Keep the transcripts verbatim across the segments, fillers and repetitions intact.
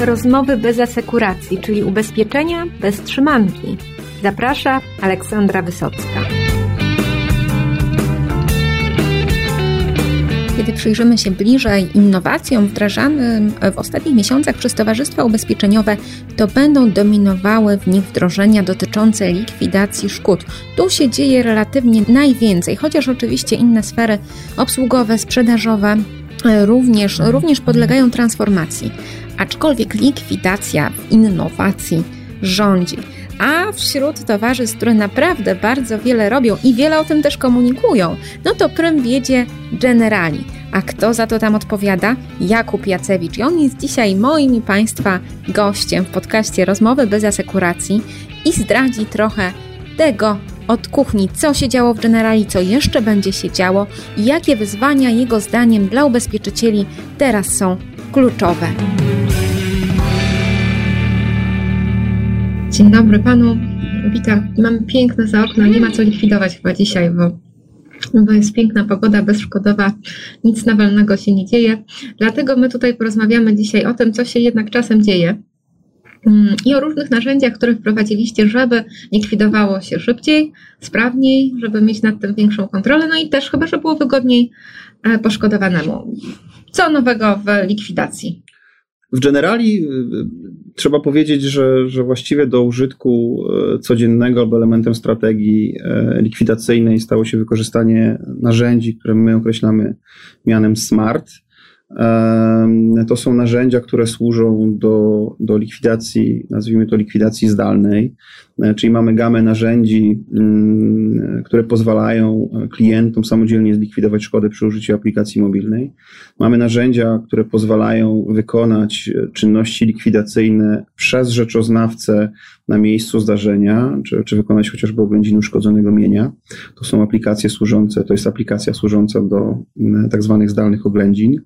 Rozmowy bez asekuracji, czyli ubezpieczenia bez trzymanki. Zaprasza Aleksandra Wysocka. Kiedy przyjrzymy się bliżej innowacjom wdrażanym w ostatnich miesiącach przez towarzystwa ubezpieczeniowe, to będą dominowały w nich wdrożenia dotyczące likwidacji szkód. Tu się dzieje relatywnie najwięcej, chociaż oczywiście inne sfery obsługowe, sprzedażowe również, również podlegają transformacji. Aczkolwiek likwidacja w innowacji rządzi. A wśród towarzystw, które naprawdę bardzo wiele robią i wiele o tym też komunikują, no to prym wiedzie Generali. A kto za to tam odpowiada? Jakub Jacewicz. I on jest dzisiaj moim i Państwa gościem w podcaście Rozmowy bez asekuracji i zdradzi trochę tego od kuchni, co się działo w Generali, co jeszcze będzie się działo i jakie wyzwania jego zdaniem dla ubezpieczycieli teraz są kluczowe. Dzień dobry Panu, witam. Mamy piękne za okno, nie ma co likwidować chyba dzisiaj, bo, bo jest piękna pogoda, bezszkodowa, nic nawalnego się nie dzieje. Dlatego my tutaj porozmawiamy dzisiaj o tym, co się jednak czasem dzieje i o różnych narzędziach, które wprowadziliście, żeby likwidowało się szybciej, sprawniej, żeby mieć nad tym większą kontrolę, no i też chyba, żeby było wygodniej poszkodowanemu. Co nowego w likwidacji? W Generali trzeba powiedzieć, że, że właściwie do użytku codziennego albo elementem strategii likwidacyjnej stało się wykorzystanie narzędzi, które my określamy mianem SMART. To są narzędzia, które służą do, do likwidacji, nazwijmy to likwidacji zdalnej, czyli mamy gamę narzędzi, które pozwalają klientom samodzielnie zlikwidować szkody przy użyciu aplikacji mobilnej. Mamy narzędzia, które pozwalają wykonać czynności likwidacyjne przez rzeczoznawcę na miejscu zdarzenia, czy, czy wykonać chociażby oględziny uszkodzonego mienia. To są aplikacje służące, to jest aplikacja służąca do tak zwanych zdalnych oględzin.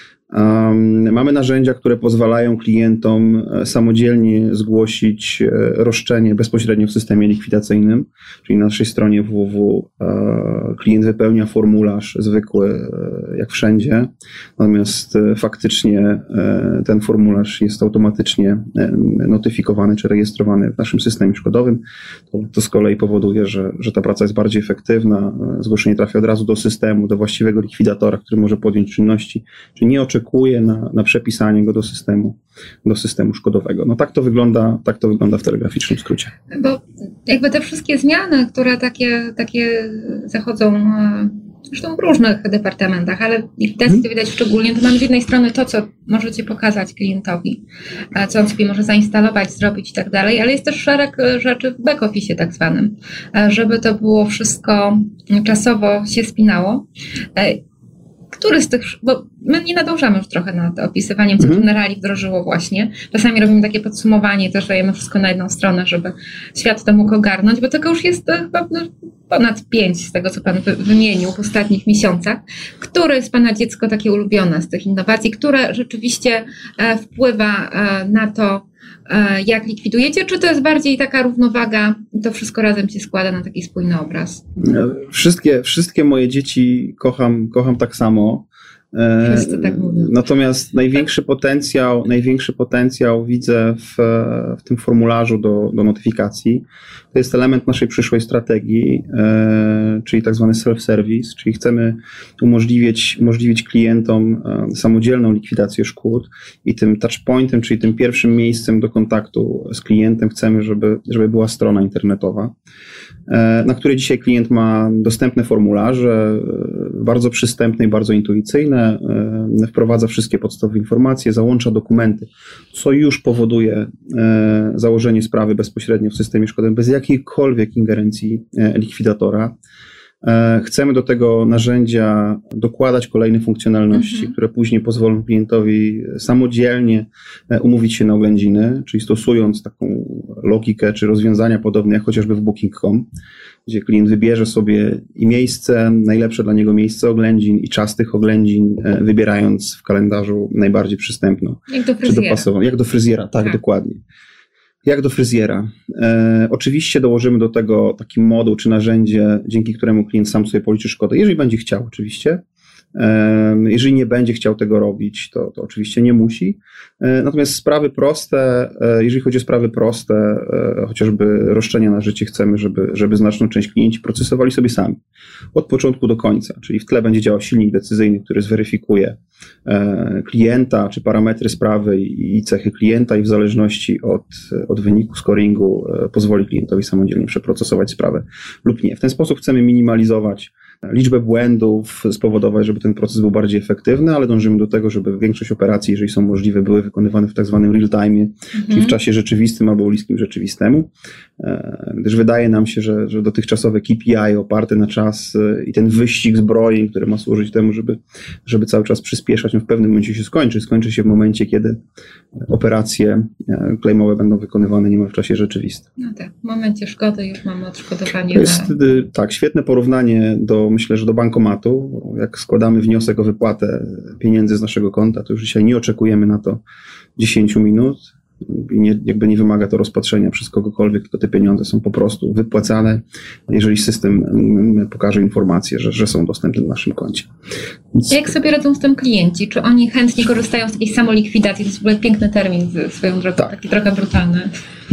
Um, mamy narzędzia, które pozwalają klientom samodzielnie zgłosić roszczenie bezpośrednio w systemie likwidacyjnym, czyli na naszej stronie www e, klient wypełnia formularz zwykły, e, jak wszędzie, natomiast e, faktycznie e, ten formularz jest automatycznie e, notyfikowany czy rejestrowany w naszym systemie szkodowym. To, to z kolei powoduje, że, że ta praca jest bardziej efektywna, zgłoszenie trafia od razu do systemu, do właściwego likwidatora, który może podjąć czynności, czyli nie oczekuje Na, na przepisanie go do systemu, do systemu szkodowego. No tak to wygląda, tak to wygląda w telegraficznym skrócie. Bo jakby te wszystkie zmiany, które takie, takie zachodzą zresztą w różnych departamentach, ale w likwidacji to widać szczególnie, to mamy z jednej strony to, co możecie pokazać klientowi, co on sobie może zainstalować, zrobić i tak dalej, ale jest też szereg rzeczy w back-office tak zwanym, żeby to było wszystko czasowo się spinało. Który z tych, bo my nie nadążamy już trochę nad opisywaniem, co mhm. Generali wdrożyło właśnie. Czasami robimy takie podsumowanie, też dajemy wszystko na jedną stronę, żeby świat to mógł ogarnąć, bo tego już jest chyba ponad pięć z tego, co Pan wymienił w ostatnich miesiącach. Które jest Pana dziecko takie ulubione z tych innowacji, które rzeczywiście wpływa na to, jak likwidujecie, czy to jest bardziej taka równowaga i to wszystko razem się składa na taki spójny obraz? Wszystkie, wszystkie moje dzieci kocham, kocham tak samo. Wszyscy tak mówią. Natomiast największy potencjał, największy potencjał widzę w, w tym formularzu do, do notyfikacji. To jest element naszej przyszłej strategii, e, czyli tak zwany self-service, czyli chcemy umożliwić, umożliwić klientom samodzielną likwidację szkód i tym touchpointem, czyli tym pierwszym miejscem do kontaktu z klientem chcemy, żeby, żeby była strona internetowa, e, na której dzisiaj klient ma dostępne formularze, bardzo przystępne i bardzo intuicyjne, wprowadza wszystkie podstawowe informacje, załącza dokumenty, co już powoduje założenie sprawy bezpośrednio w systemie szkodowym, bez jakiejkolwiek ingerencji likwidatora. Chcemy do tego narzędzia dokładać kolejne funkcjonalności, mhm. które później pozwolą klientowi samodzielnie umówić się na oględziny, czyli stosując taką logikę czy rozwiązania podobne jak chociażby w booking kropka com, gdzie klient wybierze sobie i miejsce, najlepsze dla niego miejsce oględzin i czas tych oględzin, wybierając w kalendarzu najbardziej przystępną. Jak do fryzjera. Czy dopasowaną. Jak do fryzjera, tak, tak. dokładnie. Jak do fryzjera. E, oczywiście dołożymy do tego taki moduł czy narzędzie, dzięki któremu klient sam sobie policzy szkodę, jeżeli będzie chciał oczywiście. Jeżeli nie będzie chciał tego robić, to, to oczywiście nie musi. Natomiast sprawy proste, jeżeli chodzi o sprawy proste, chociażby roszczenia na życie, chcemy, żeby, żeby znaczną część klienci procesowali sobie sami. Od początku do końca, czyli w tle będzie działał silnik decyzyjny, który zweryfikuje klienta, czy parametry sprawy i cechy klienta i w zależności od, od wyniku scoringu pozwoli klientowi samodzielnie przeprocesować sprawę lub nie. W ten sposób chcemy minimalizować liczbę błędów, spowodować, żeby ten proces był bardziej efektywny, ale dążymy do tego, żeby większość operacji, jeżeli są możliwe, były wykonywane w tak zwanym real time, mhm. czyli w czasie rzeczywistym albo bliskim rzeczywistemu, gdyż wydaje nam się, że, że dotychczasowe K P I oparte na czas i ten wyścig zbrojeń, który ma służyć temu, żeby, żeby cały czas przyspieszać, on w pewnym momencie się skończy. Skończy się w momencie, kiedy operacje claimowe będą wykonywane niemal w czasie rzeczywistym. No tak, w momencie szkody już mamy odszkodowanie. To jest na... tak, świetne porównanie do, myślę, że do bankomatu. Jak składamy wniosek o wypłatę pieniędzy z naszego konta, to już dzisiaj nie oczekujemy na to dziesięć minut i nie, jakby nie wymaga to rozpatrzenia przez kogokolwiek, tylko te pieniądze są po prostu wypłacane, jeżeli system pokaże informację, że, że są dostępne w naszym koncie. Więc... Jak sobie radzą z tym klienci? Czy oni chętnie korzystają z takiej samolikwidacji? To jest w ogóle piękny termin swoją drogą, tak. Taki trochę brutalny.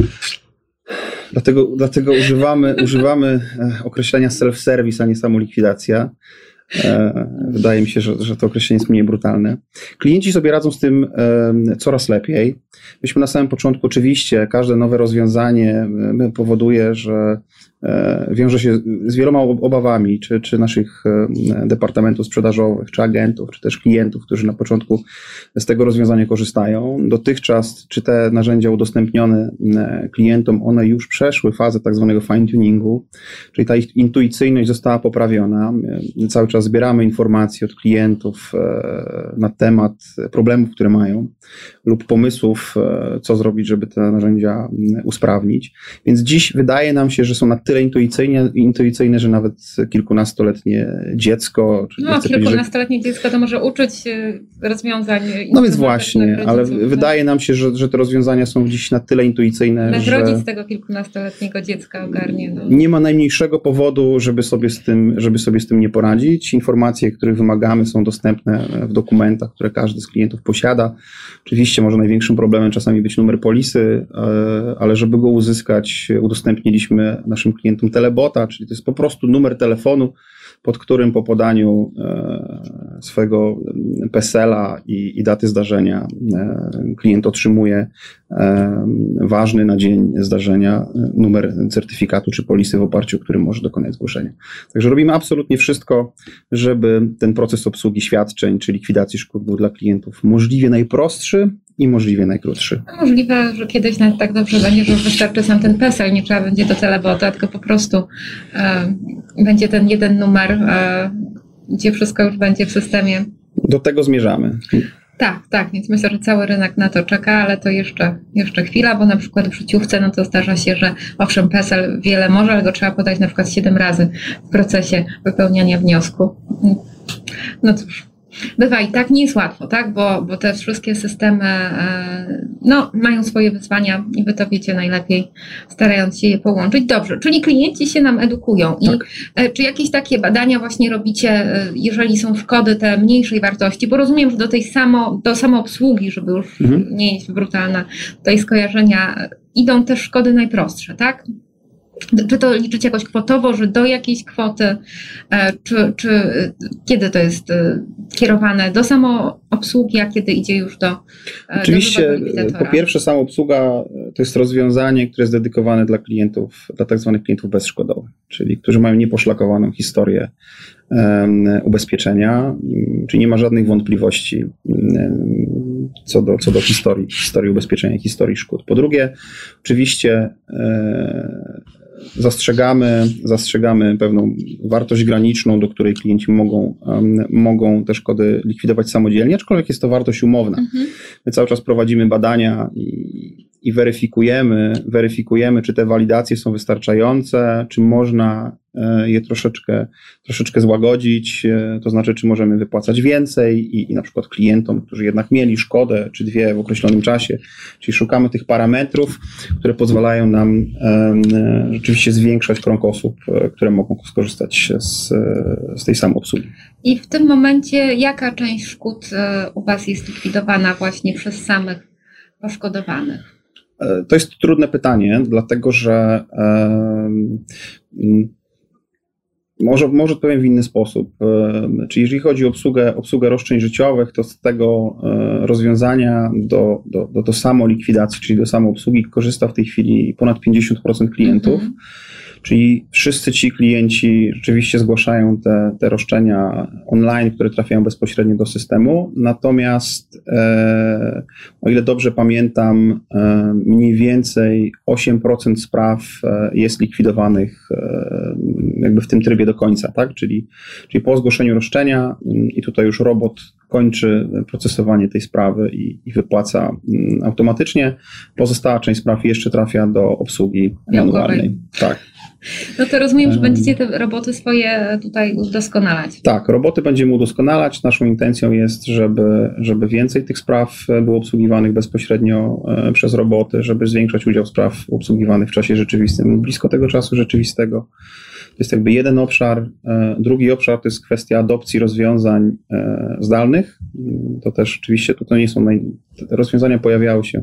Dlatego, dlatego używamy, używamy określenia self-service, a nie samolikwidacja. Wydaje mi się, że, że to określenie jest mniej brutalne. Klienci sobie radzą z tym coraz lepiej. Myśmy na samym początku, oczywiście, każde nowe rozwiązanie powoduje, że wiąże się z wieloma obawami, czy, czy naszych departamentów sprzedażowych, czy agentów, czy też klientów, którzy na początku z tego rozwiązania korzystają. Dotychczas, czy te narzędzia udostępnione klientom, one już przeszły fazę tak zwanego fine-tuningu, czyli ta ich intuicyjność została poprawiona. Cały czas zbieramy informacje od klientów na temat problemów, które mają, lub pomysłów, co zrobić, żeby te narzędzia usprawnić. Więc dziś wydaje nam się, że są na tyle intuicyjne, intuicyjne, że nawet kilkunastoletnie dziecko... Czy no, kilkunastoletnie że... dziecko to może uczyć rozwiązań. No więc właśnie, ale wydaje nam się, że, że te rozwiązania są dziś na tyle intuicyjne, Bez że... rodzic tego kilkunastoletniego dziecka ogarnie. No. Nie ma najmniejszego powodu, żeby sobie z tym, żeby sobie z tym nie poradzić. Informacje, których wymagamy, są dostępne w dokumentach, które każdy z klientów posiada. Oczywiście może największym problemem czasami być numer polisy, ale żeby go uzyskać, udostępniliśmy naszym klientom telebota, czyli to jest po prostu numer telefonu, pod którym po podaniu swojego P E S E L a i, i daty zdarzenia klient otrzymuje ważny na dzień zdarzenia numer certyfikatu czy polisy, w oparciu o który może dokonać zgłoszenia. Także robimy absolutnie wszystko, żeby ten proces obsługi świadczeń czy likwidacji szkód był dla klientów możliwie najprostszy i możliwie najkrótszy. Możliwe, że kiedyś nawet tak dobrze będzie, że wystarczy sam ten P E S E L, nie trzeba będzie do telebota, tylko po prostu e, będzie ten jeden numer, e, gdzie wszystko już będzie w systemie. Do tego zmierzamy. Tak, tak, więc myślę, że cały rynek na to czeka, ale to jeszcze, jeszcze chwila, bo na przykład w życiówce, no to zdarza się, że owszem, P E S E L wiele może, ale go trzeba podać na przykład siedem razy w procesie wypełniania wniosku. No cóż. Bywa i tak, nie jest łatwo, tak? Bo, bo te wszystkie systemy no, mają swoje wyzwania i wy to wiecie najlepiej, starając się je połączyć. Dobrze, czyli klienci się nam edukują i tak. Czy jakieś takie badania właśnie robicie, jeżeli są szkody te mniejszej wartości, bo rozumiem, że do tej samo, do samoobsługi, żeby już mhm. nie iść brutalne, tutaj skojarzenia, idą też szkody najprostsze, tak? Czy to liczyć jakoś kwotowo, że do jakiejś kwoty, czy, czy kiedy to jest kierowane do samoobsługi, a kiedy idzie już do Oczywiście, do po pierwsze samoobsługa to jest rozwiązanie, które jest dedykowane dla klientów, dla tak zwanych klientów bezszkodowych, czyli którzy mają nieposzlakowaną historię um, ubezpieczenia, czyli nie ma żadnych wątpliwości um, co do, co do historii, historii ubezpieczenia, historii szkód. Po drugie, oczywiście um, Zastrzegamy, zastrzegamy pewną wartość graniczną, do której klienci mogą, um, mogą te szkody likwidować samodzielnie, aczkolwiek jest to wartość umowna. Mhm. My cały czas prowadzimy badania i, i weryfikujemy, weryfikujemy, czy te walidacje są wystarczające, czy można je troszeczkę, troszeczkę złagodzić, to znaczy, czy możemy wypłacać więcej i, i na przykład klientom, którzy jednak mieli szkodę, czy dwie w określonym czasie, czyli szukamy tych parametrów, które pozwalają nam rzeczywiście zwiększać krąg osób, które mogą skorzystać z, z tej samoobsługi. I w tym momencie jaka część szkód u Was jest likwidowana właśnie przez samych poszkodowanych? To jest trudne pytanie, dlatego że może, może odpowiem w inny sposób. Czyli jeżeli chodzi o obsługę, obsługę roszczeń życiowych, to z tego rozwiązania do, do, do, do samolikwidacji, czyli do samoobsługi korzysta w tej chwili ponad pięćdziesiąt procent klientów. Mhm. Czyli wszyscy ci klienci rzeczywiście zgłaszają te, te roszczenia online, które trafiają bezpośrednio do systemu. Natomiast e, o ile dobrze pamiętam, e, mniej więcej osiem procent spraw e, jest likwidowanych e, jakby w tym trybie do końca, tak? Czyli, czyli po zgłoszeniu roszczenia i tutaj już robot kończy procesowanie tej sprawy i, i wypłaca automatycznie. Pozostała część spraw jeszcze trafia do obsługi manualnej. Tak. No to rozumiem, że będziecie te roboty swoje tutaj udoskonalać. Tak, roboty będziemy udoskonalać. Naszą intencją jest, żeby, żeby więcej tych spraw było obsługiwanych bezpośrednio przez roboty, żeby zwiększać udział spraw obsługiwanych w czasie rzeczywistym, blisko tego czasu rzeczywistego. To jest jakby jeden obszar. Drugi obszar to jest kwestia adopcji rozwiązań zdalnych. To też oczywiście to, to nie są naj... te rozwiązania pojawiały się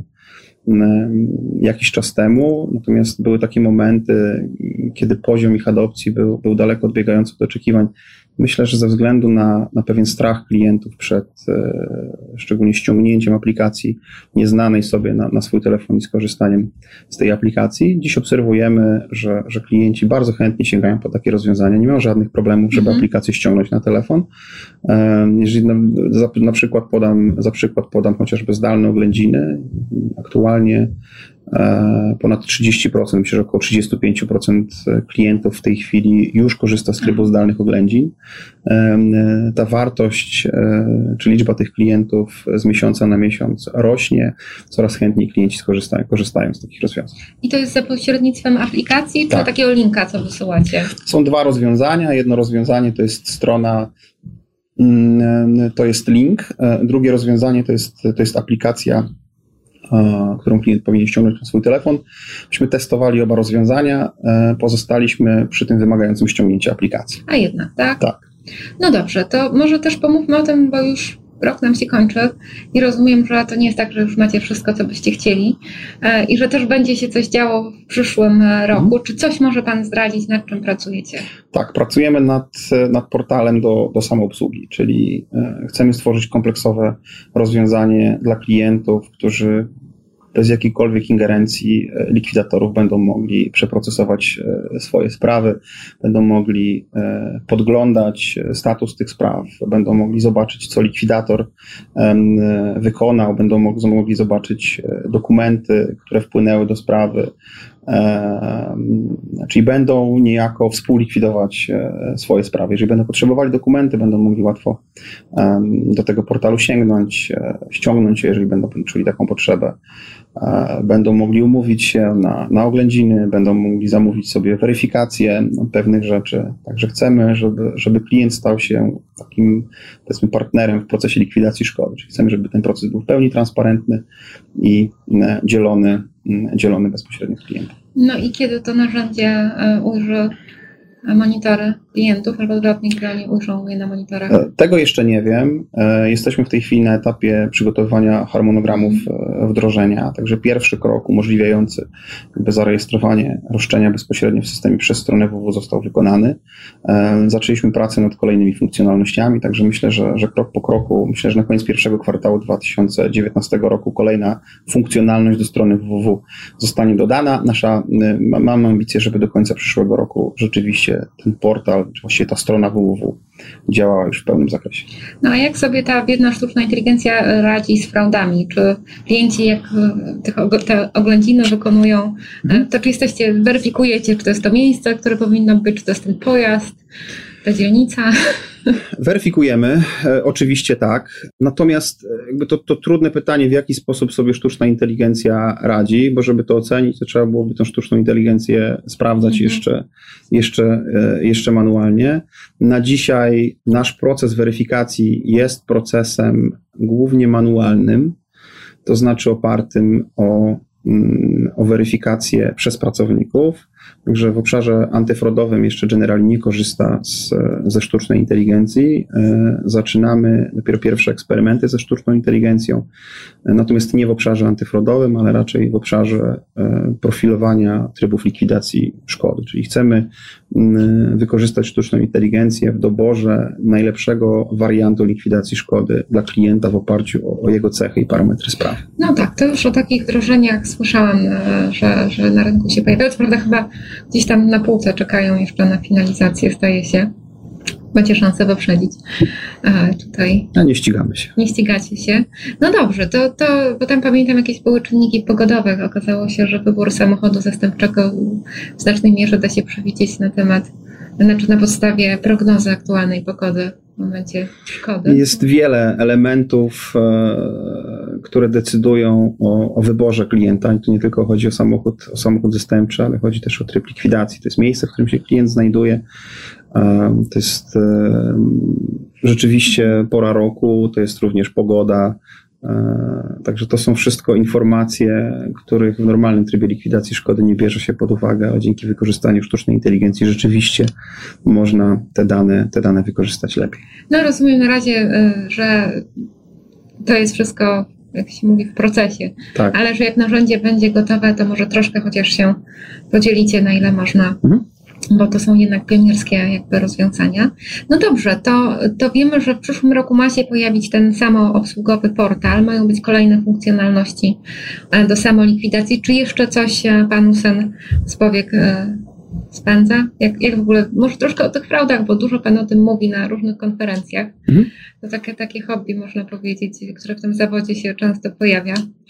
jakiś czas temu, natomiast były takie momenty, kiedy poziom ich adopcji był, był daleko odbiegający od oczekiwań. Myślę, że ze względu na, na pewien strach klientów przed e, szczególnie ściągnięciem aplikacji nieznanej sobie na, na swój telefon i skorzystaniem z tej aplikacji, dziś obserwujemy, że, że klienci bardzo chętnie sięgają po takie rozwiązania. Nie mają żadnych problemów, żeby mhm. aplikację ściągnąć na telefon. E, jeżeli na, za, na przykład podam, za przykład podam chociażby zdalne oględziny, aktualnie ponad trzydzieści procent, myślę, że około trzydzieści pięć procent klientów w tej chwili już korzysta z trybu zdalnych oględzin. Ta wartość, czy liczba tych klientów z miesiąca na miesiąc rośnie, coraz chętniej klienci skorzystają, korzystają z takich rozwiązań. I to jest za pośrednictwem aplikacji, czy tak. takiego linka, co wysyłacie? Są dwa rozwiązania. Jedno rozwiązanie to jest strona, to jest link. Drugie rozwiązanie to jest, to jest aplikacja, którą klient powinien ściągnąć na swój telefon. Myśmy testowali oba rozwiązania, pozostaliśmy przy tym wymagającym ściągnięcia aplikacji. A jednak, tak? Tak. No dobrze, to może też pomówmy o tym, bo już rok nam się kończy i rozumiem, że to nie jest tak, że już macie wszystko, co byście chcieli i że też będzie się coś działo w przyszłym roku. Mhm. Czy coś może Pan zdradzić, nad czym pracujecie? Tak, pracujemy nad, nad portalem do, do samoobsługi, czyli chcemy stworzyć kompleksowe rozwiązanie dla klientów, którzy bez jakiejkolwiek ingerencji likwidatorów będą mogli przeprocesować swoje sprawy, będą mogli podglądać status tych spraw, będą mogli zobaczyć, co likwidator wykonał, będą mogli zobaczyć dokumenty, które wpłynęły do sprawy, czyli będą niejako współlikwidować swoje sprawy. Jeżeli będą potrzebowali dokumenty, będą mogli łatwo do tego portalu sięgnąć, ściągnąć je, jeżeli będą czuli taką potrzebę. Będą mogli umówić się na, na oględziny, będą mogli zamówić sobie weryfikację pewnych rzeczy. Także chcemy, żeby, żeby klient stał się takim, powiedzmy, partnerem w procesie likwidacji szkody. Czyli chcemy, żeby ten proces był w pełni transparentny i dzielony, dzielony bezpośrednio z klientem. No i kiedy to narzędzie ujrzy monitory klientów, albo odwrotnie, kiedy oni ujrzą je na monitorach? Tego jeszcze nie wiem. Jesteśmy w tej chwili na etapie przygotowywania harmonogramów wdrożenia, także pierwszy krok umożliwiający jakby zarejestrowanie roszczenia bezpośrednio w systemie przez stronę W W został wykonany. Zaczęliśmy pracę nad kolejnymi funkcjonalnościami, także myślę, że, że krok po kroku, myślę, że na koniec pierwszego kwartału dwa tysiące dziewiętnastego roku kolejna funkcjonalność do strony W W zostanie dodana. Nasza, mamy ambicję, żeby do końca przyszłego roku rzeczywiście ten portal, czy właściwie ta strona W W działała już w pełnym zakresie. No a jak sobie ta biedna sztuczna inteligencja radzi z fraudami? Czy klienci, jak te oględziny wykonują, to czy jesteście, weryfikujecie, czy to jest to miejsce, które powinno być, czy to jest ten pojazd? ta dzielnica? Weryfikujemy, e, oczywiście tak. Natomiast jakby to, to trudne pytanie, w jaki sposób sobie sztuczna inteligencja radzi, bo żeby to ocenić, to trzeba byłoby tą sztuczną inteligencję sprawdzać mhm. jeszcze, jeszcze, e, jeszcze manualnie. Na dzisiaj nasz proces weryfikacji jest procesem głównie manualnym, to znaczy opartym o, o weryfikację przez pracowników. Także w obszarze antyfraudowym jeszcze Generali nie korzysta z, ze sztucznej inteligencji. Zaczynamy dopiero pierwsze eksperymenty ze sztuczną inteligencją, natomiast nie w obszarze antyfraudowym, ale raczej w obszarze profilowania trybów likwidacji szkody. Czyli chcemy wykorzystać sztuczną inteligencję w doborze najlepszego wariantu likwidacji szkody dla klienta w oparciu o, o jego cechy i parametry sprawy. No tak, to już o takich wdrożeniach słyszałam, że, że na rynku się pojawiają. Co prawda chyba gdzieś tam na półce czekają jeszcze na finalizację, zdaje się. Macie szansę wyprzedzić e, tutaj. A nie ścigamy się. Nie ścigacie się. No dobrze, to, to, bo tam pamiętam jakieś były czynniki pogodowe. Okazało się, że wybór samochodu zastępczego w znacznej mierze da się przewidzieć na temat, znaczy na podstawie prognozy aktualnej pogody w momencie szkody. Jest wiele elementów, e, które decydują o, o wyborze klienta. I tu nie tylko chodzi o samochód, o samochód zastępczy, ale chodzi też o tryb likwidacji. To jest miejsce, w którym się klient znajduje. E, to jest e, rzeczywiście pora roku, to jest również pogoda. Także to są wszystko informacje, których w normalnym trybie likwidacji szkody nie bierze się pod uwagę, a dzięki wykorzystaniu sztucznej inteligencji rzeczywiście można te dane, te dane wykorzystać lepiej. No rozumiem na razie, że to jest wszystko, jak się mówi, w procesie, tak. Ale że jak narzędzie będzie gotowe, to może troszkę chociaż się podzielicie, na ile można. Mhm. Bo to są jednak pionierskie jakby rozwiązania. No dobrze, to, to wiemy, że w przyszłym roku ma się pojawić ten samoobsługowy portal, mają być kolejne funkcjonalności do samolikwidacji. Czy jeszcze coś Pan Usen z powiek spędza? Jak, jak w ogóle, może troszkę o tych fraudach, bo dużo Pan o tym mówi na różnych konferencjach. Mhm. To takie, takie hobby, można powiedzieć, które w tym zawodzie się często pojawia.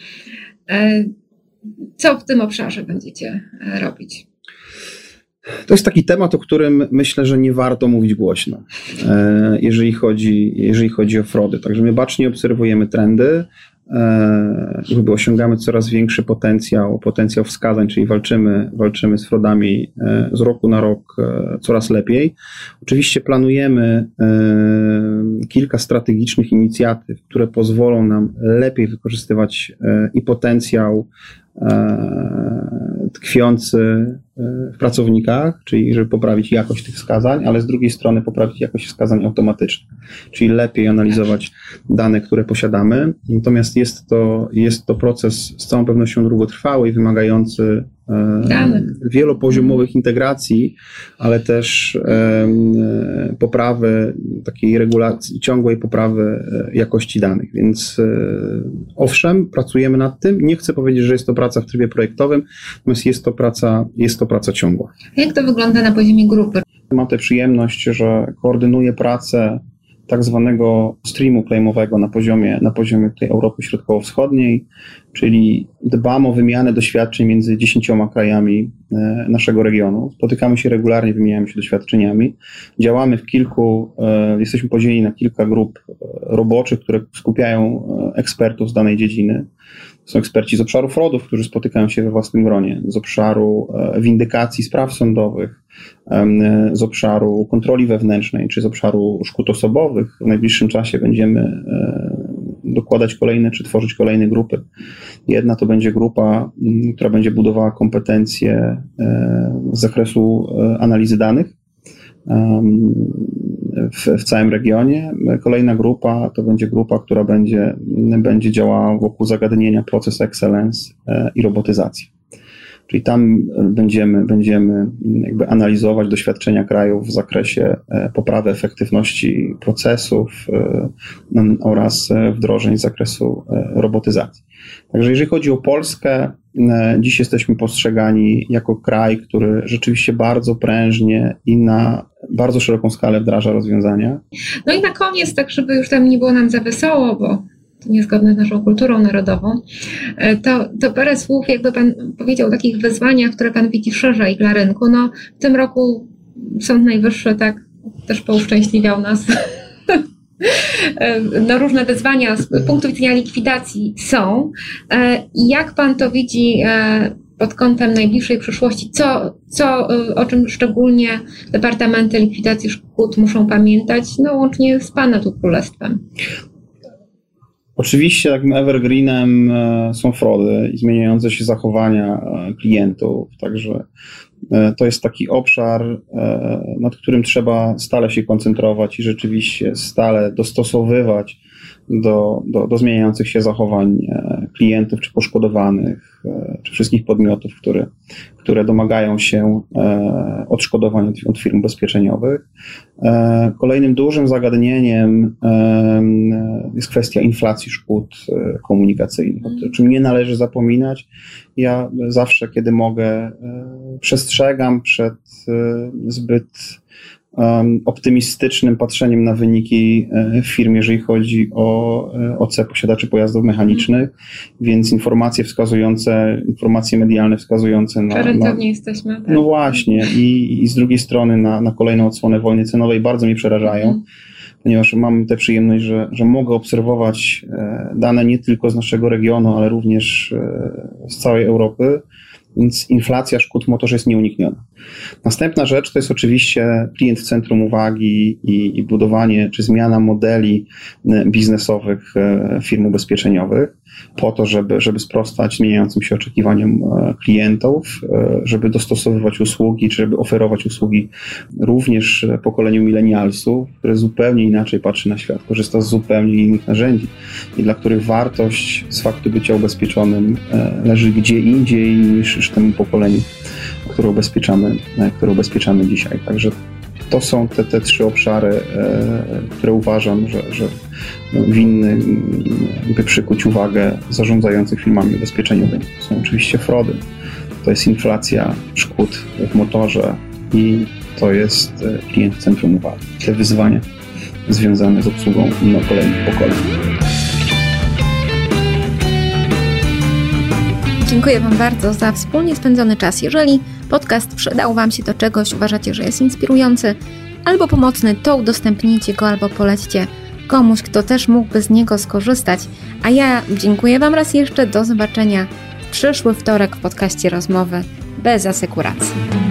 Co w tym obszarze będziecie robić? To jest taki temat, o którym myślę, że nie warto mówić głośno, jeżeli chodzi, jeżeli chodzi o fraudy. Także my bacznie obserwujemy trendy, jakby osiągamy coraz większy potencjał, potencjał wskazań, czyli walczymy, walczymy z fraudami z roku na rok coraz lepiej. Oczywiście planujemy kilka strategicznych inicjatyw, które pozwolą nam lepiej wykorzystywać i potencjał tkwiący w pracownikach, czyli żeby poprawić jakość tych wskazań, ale z drugiej strony poprawić jakość wskazań automatycznych, czyli lepiej analizować dane, które posiadamy. Natomiast jest to, jest to proces z całą pewnością długotrwały i wymagający Dane. wielopoziomowych integracji, ale też poprawy, takiej regulacji, ciągłej poprawy jakości danych. Więc owszem, pracujemy nad tym. Nie chcę powiedzieć, że jest to praca w trybie projektowym, natomiast jest to praca, jest to praca ciągła. Jak to wygląda na poziomie grupy? Mam tę przyjemność, że koordynuję pracę tak zwanego streamu claimowego na poziomie, na poziomie tej Europy Środkowo-Wschodniej, czyli dbam o wymianę doświadczeń między dziesięcioma krajami naszego regionu. Spotykamy się regularnie, wymieniamy się doświadczeniami. Działamy w kilku, jesteśmy podzieleni na kilka grup roboczych, które skupiają ekspertów z danej dziedziny. Są eksperci z obszaru fraudów, którzy spotykają się we własnym gronie, z obszaru windykacji spraw sądowych, z obszaru kontroli wewnętrznej, czy z obszaru szkód osobowych. W najbliższym czasie będziemy dokładać kolejne, czy tworzyć kolejne grupy. Jedna to będzie grupa, która będzie budowała kompetencje z zakresu analizy danych w, w całym regionie. Kolejna grupa to będzie grupa, która będzie, będzie działała wokół zagadnienia proces excellence i robotyzacji. Czyli tam będziemy, będziemy jakby analizować doświadczenia krajów w zakresie poprawy efektywności procesów oraz wdrożeń z zakresu robotyzacji. Także jeżeli chodzi o Polskę, dziś jesteśmy postrzegani jako kraj, który rzeczywiście bardzo prężnie i na bardzo szeroką skalę wdraża rozwiązania. No i na koniec, tak żeby już tam nie było nam za wesoło, bo to niezgodne z naszą kulturą narodową, to, to parę słów, jakby Pan powiedział o takich wyzwaniach, które Pan widzi szerzej dla rynku. No, w tym roku Sąd Najwyższy tak też pouszczęśliwiał nas. No, różne wyzwania z punktu widzenia likwidacji są. I jak pan to widzi pod kątem najbliższej przyszłości? Co, co, o czym szczególnie departamenty likwidacji szkód muszą pamiętać, no łącznie z pana tu królestwem? Oczywiście takim evergreenem są fraudy i zmieniające się zachowania klientów, także to jest taki obszar, nad którym trzeba stale się koncentrować i rzeczywiście stale dostosowywać do, do, do zmieniających się zachowań klientów czy poszkodowanych, czy wszystkich podmiotów, które, które domagają się odszkodowań od firm ubezpieczeniowych. Kolejnym dużym zagadnieniem jest kwestia inflacji szkód komunikacyjnych, o czym nie należy zapominać. Ja zawsze, kiedy mogę, przestrzegam przed zbyt optymistycznym patrzeniem na wyniki firm, jeżeli chodzi o O C posiadaczy pojazdów mechanicznych, więc informacje wskazujące, informacje medialne wskazujące na... Rentowni na, jesteśmy. Tak? No właśnie i, i z drugiej strony na, na kolejną odsłonę wojny cenowej bardzo mnie przerażają, mm. ponieważ mam tę przyjemność, że, że mogę obserwować dane nie tylko z naszego regionu, ale również z całej Europy. Więc inflacja szkód w motorze jest nieunikniona. Następna rzecz to jest oczywiście klient w centrum uwagi i, i budowanie czy zmiana modeli biznesowych firm ubezpieczeniowych po to, żeby, żeby sprostać zmieniającym się oczekiwaniom klientów, żeby dostosowywać usługi, czy żeby oferować usługi również pokoleniu milenialsów, które zupełnie inaczej patrzy na świat, korzysta z zupełnie innych narzędzi i dla których wartość z faktu bycia ubezpieczonym leży gdzie indziej niż temu pokoleniu, które ubezpieczamy, które ubezpieczamy dzisiaj. Także to są te, te trzy obszary, które uważam, że, że winny by przykuć uwagę zarządzających firmami ubezpieczeniowymi. To są oczywiście fraudy, to jest inflacja szkód w motorze i to jest klient w centrum uwagi. Te wyzwania związane z obsługą no, kolejnych pokoleń. Dziękuję Wam bardzo za wspólnie spędzony czas. Jeżeli podcast przydał Wam się do czegoś, uważacie, że jest inspirujący albo pomocny, to udostępnijcie go albo polećcie komuś, kto też mógłby z niego skorzystać. A ja dziękuję Wam raz jeszcze. Do zobaczenia w przyszły wtorek w podcaście Rozmowy bez asekuracji.